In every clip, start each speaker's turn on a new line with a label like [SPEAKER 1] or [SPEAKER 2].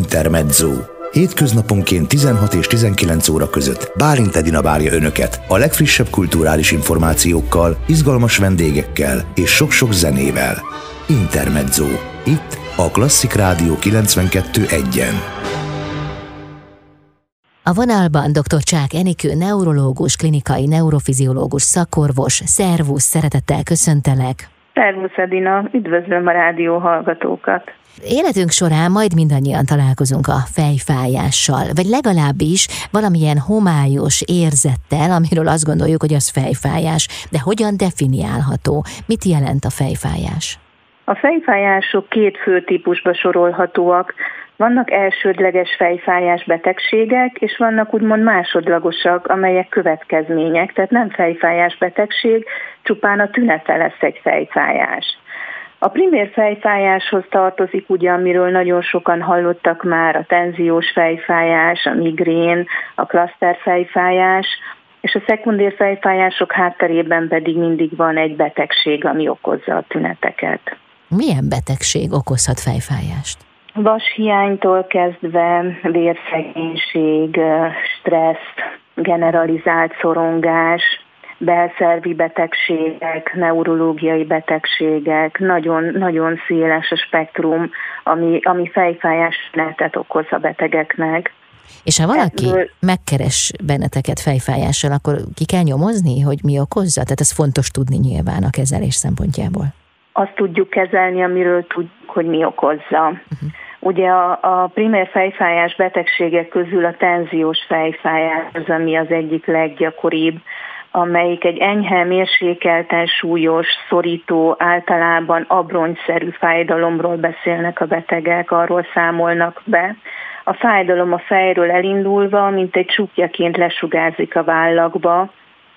[SPEAKER 1] Intermezzo. Hétköznaponként 16 és 19 óra között Bálint Edina várja Önöket a legfrissebb kulturális információkkal, izgalmas vendégekkel és sok-sok zenével. Intermezzo. Itt a Klasszik Rádió 92.1-en.
[SPEAKER 2] A vonalban dr. Csák Enikő, neurológus, klinikai neurofiziológus, szakorvos. Szervusz, szeretettel köszöntelek!
[SPEAKER 3] Szervusz Edina, üdvözlöm a rádió hallgatókat!
[SPEAKER 2] Életünk során majd mindannyian találkozunk a fejfájással, vagy legalábbis valamilyen homályos érzettel, amiről azt gondoljuk, hogy az fejfájás. De hogyan definiálható? Mit jelent a fejfájás?
[SPEAKER 3] A fejfájások két fő típusba sorolhatóak. Vannak elsődleges fejfájás betegségek, és vannak úgymond másodlagosak, amelyek következmények. Tehát nem fejfájás betegség, csupán a tünete lesz egy fejfájás. A primér fejfájáshoz tartozik ugye, amiről nagyon sokan hallottak már, a tenziós fejfájás, a migrén, a klaszter fejfájás, és a szekundér fejfájások hátterében pedig mindig van egy betegség, ami okozza a tüneteket.
[SPEAKER 2] Milyen betegség okozhat fejfájást?
[SPEAKER 3] Vashiánytól kezdve vérszegénység, stressz, generalizált szorongás, belszervi betegségek, neurológiai betegségek, nagyon széles a spektrum, ami fejfájás tünetet okoz a betegeknek.
[SPEAKER 2] És ha valaki megkeres benneteket fejfájással, akkor ki kell nyomozni, hogy mi okozza? Tehát ez fontos tudni nyilván a kezelés szempontjából. Azt
[SPEAKER 3] tudjuk kezelni, amiről tudjuk, hogy mi okozza. Ugye a primér fejfájás betegségek közül a tenziós fejfájás az, ami az egyik leggyakoribb, amelyik egy enyhe, mérsékelten súlyos, szorító, általában abronyszerű fájdalomról beszélnek a betegek, arról számolnak be. A fájdalom a fejről elindulva, mint egy csukjaként lesugárzik a vállakba.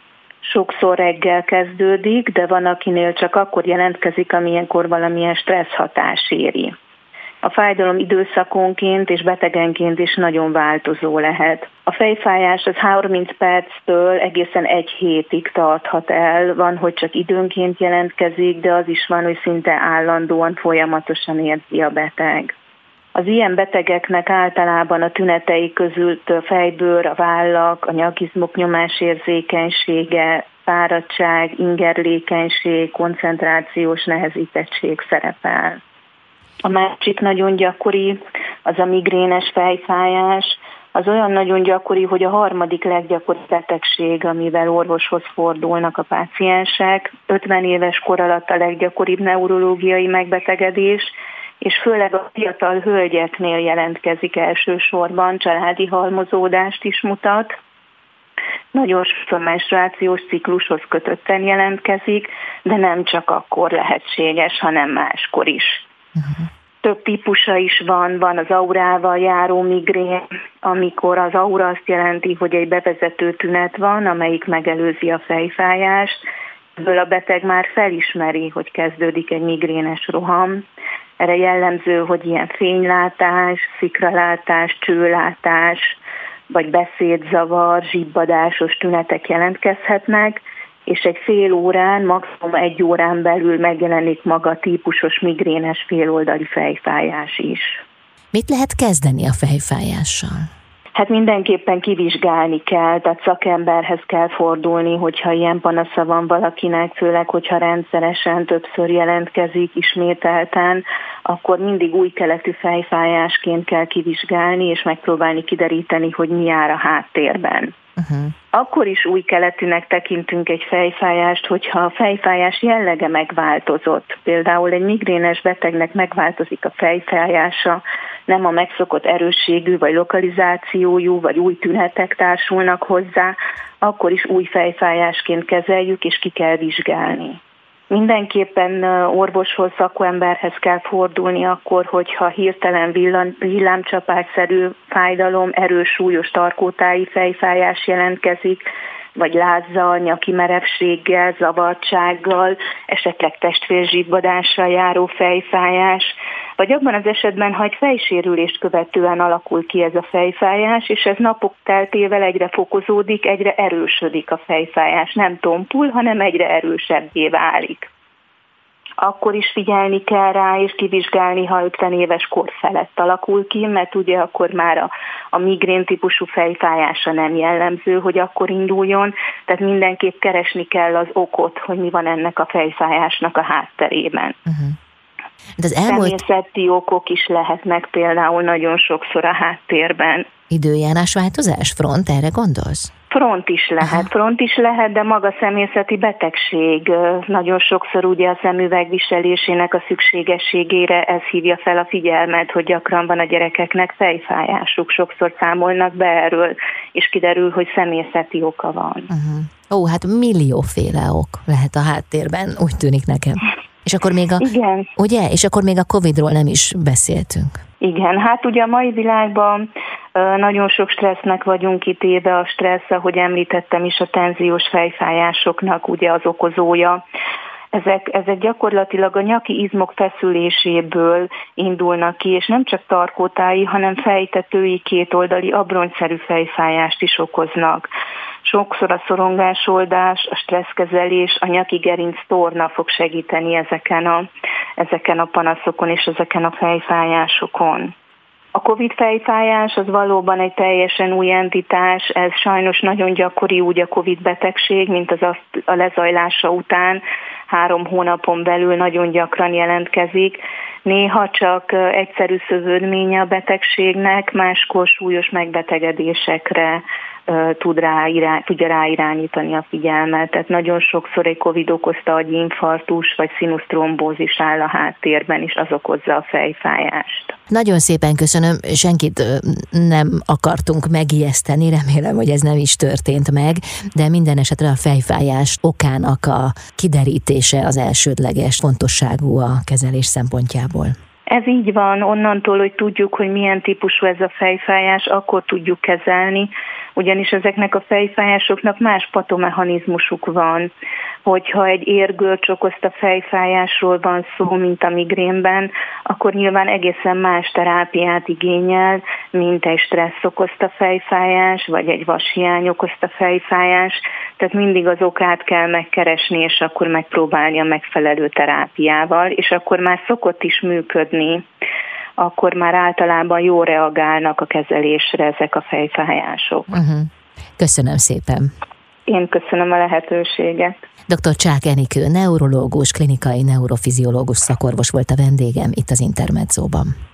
[SPEAKER 3] Sokszor reggel kezdődik, de van, akinél csak akkor jelentkezik, amilyenkor valamilyen stressz hatás éri. A fájdalom időszakonként és betegenként is nagyon változó lehet. A fejfájás az 30 perctől egészen 1 hétig tarthat el. Van, hogy csak időnként jelentkezik, de az is van, hogy szinte állandóan, folyamatosan érzi a beteg. Az ilyen betegeknek általában a tünetei közül a fejbőr, a vállak, a nyakizmok nyomásérzékenysége, fáradtság, ingerlékenység, koncentrációs nehezítettség szerepel. A másik nagyon gyakori, az a migrénes fejfájás. Az olyan nagyon gyakori, hogy a harmadik leggyakoribb betegség, amivel orvoshoz fordulnak a páciensek. 50 éves kor alatt a leggyakoribb neurológiai megbetegedés, és főleg a fiatal hölgyeknél jelentkezik elsősorban, családi halmozódást is mutat. Nagyon sokszor menstruációs ciklushoz kötötten jelentkezik, de nem csak akkor lehetséges, hanem máskor is. Több típusa is van az aurával járó migrén, amikor az aura azt jelenti, hogy egy bevezető tünet van, amelyik megelőzi a fejfájást. Ebből a beteg már felismeri, hogy kezdődik egy migrénes roham. Erre jellemző, hogy ilyen fénylátás, szikralátás, csőlátás, vagy beszédzavar, zsibbadásos tünetek jelentkezhetnek, és egy fél órán, maximum 1 órán belül megjelenik maga típusos migrénes féloldali fejfájás is.
[SPEAKER 2] Mit lehet kezdeni a fejfájással?
[SPEAKER 3] Hát mindenképpen kivizsgálni kell, tehát szakemberhez kell fordulni, hogyha ilyen panasza van valakinek, főleg, hogyha rendszeresen többször jelentkezik ismételten, akkor mindig új keletű fejfájásként kell kivizsgálni, és megpróbálni kideríteni, hogy mi áll a háttérben. Akkor is új keletűnek tekintünk egy fejfájást, hogyha a fejfájás jellege megváltozott. Például egy migrénes betegnek megváltozik a fejfájása, nem a megszokott erősségű vagy lokalizációjú, vagy új tünetek társulnak hozzá, akkor is új fejfájásként kezeljük, és ki kell vizsgálni. Mindenképpen orvoshoz, szakemberhez kell fordulni akkor, hogyha hirtelen villámcsapásszerű fájdalom, erős, súlyos tarkótáji fejfájás jelentkezik, vagy lázzal, nyaki merevséggel, zavartsággal, esetleg testvérzsibbadással járó fejfájás, vagy abban az esetben, ha egy fejsérülést követően alakul ki ez a fejfájás, és ez napok teltével egyre fokozódik, egyre erősödik a fejfájás. Nem tompul, hanem egyre erősebbé válik. akkor is figyelni kell rá, és kivizsgálni, ha 50 éves kor felett alakul ki, mert ugye akkor már a migrén típusú fejfájása nem jellemző, hogy akkor induljon, tehát mindenképp keresni kell az okot, hogy mi van ennek a fejfájásnak a hátterében.
[SPEAKER 2] De
[SPEAKER 3] természeti okok is lehetnek például nagyon sokszor a háttérben.
[SPEAKER 2] Időjárásváltozás, front, erre gondolsz?
[SPEAKER 3] Front is lehet, de maga személyzeti betegség. Nagyon sokszor ugye a szemüveg viselésének a szükségességére ez hívja fel a figyelmet, hogy gyakran van a gyerekeknek fejfájásuk. Sokszor számolnak be erről, és kiderül, hogy személyzeti oka van.
[SPEAKER 2] Hát millióféle ok lehet a háttérben, úgy tűnik nekem. És akkor még
[SPEAKER 3] igen.
[SPEAKER 2] Ugye? És akkor még a Covid-ról nem is beszéltünk.
[SPEAKER 3] Igen, hát ugye a mai világban nagyon sok stressznek vagyunk kitéve, a stressz, ahogy említettem is, a tenziós fejfájásoknak ugye az okozója. Ezek gyakorlatilag a nyaki izmok feszüléséből indulnak ki, és nem csak tarkótáji, hanem fejtetői, kétoldali abrongyszerű fejfájást is okoznak. Sokszor a szorongásoldás, a stresszkezelés, a nyaki gerinc torna fog segíteni ezeken a panaszokon és ezeken a fejfájásokon. A COVID fejfájás az valóban egy teljesen új entitás, ez sajnos nagyon gyakori úgy a COVID betegség, mint a lezajlása után 3 hónapon belül nagyon gyakran jelentkezik. Néha csak egyszerű szövődménye a betegségnek, máskor súlyos megbetegedésekre tudja ráirányítani a figyelmet. Tehát nagyon sokszor egy COVID okozta agyinfarktus vagy színusztrombózis áll a háttérben, és az okozza a fejfájást.
[SPEAKER 2] Nagyon szépen köszönöm, senkit nem akartunk megijeszteni, remélem, hogy ez nem is történt meg, de minden esetre a fejfájás okának a kiderítése az elsődleges fontosságú a kezelés szempontjából.
[SPEAKER 3] Ez így van, onnantól, hogy tudjuk, hogy milyen típusú ez a fejfájás, akkor tudjuk kezelni, ugyanis ezeknek a fejfájásoknak más patomechanizmusuk van. Hogyha egy érgörcs okozta fejfájásról van szó, mint a migrénben, akkor nyilván egészen más terápiát igényel, mint egy stressz okozta fejfájás, vagy egy vashiány okozta fejfájás. Tehát mindig az okát kell megkeresni, és akkor megpróbálni a megfelelő terápiával, és akkor már szokott is működni, akkor már általában jól reagálnak a kezelésre ezek a fejfájások.
[SPEAKER 2] Köszönöm szépen.
[SPEAKER 3] Én köszönöm a lehetőséget.
[SPEAKER 2] Dr. Csák Enikő, neurológus, klinikai neurofiziológus szakorvos volt a vendégem itt az Intermedzóban.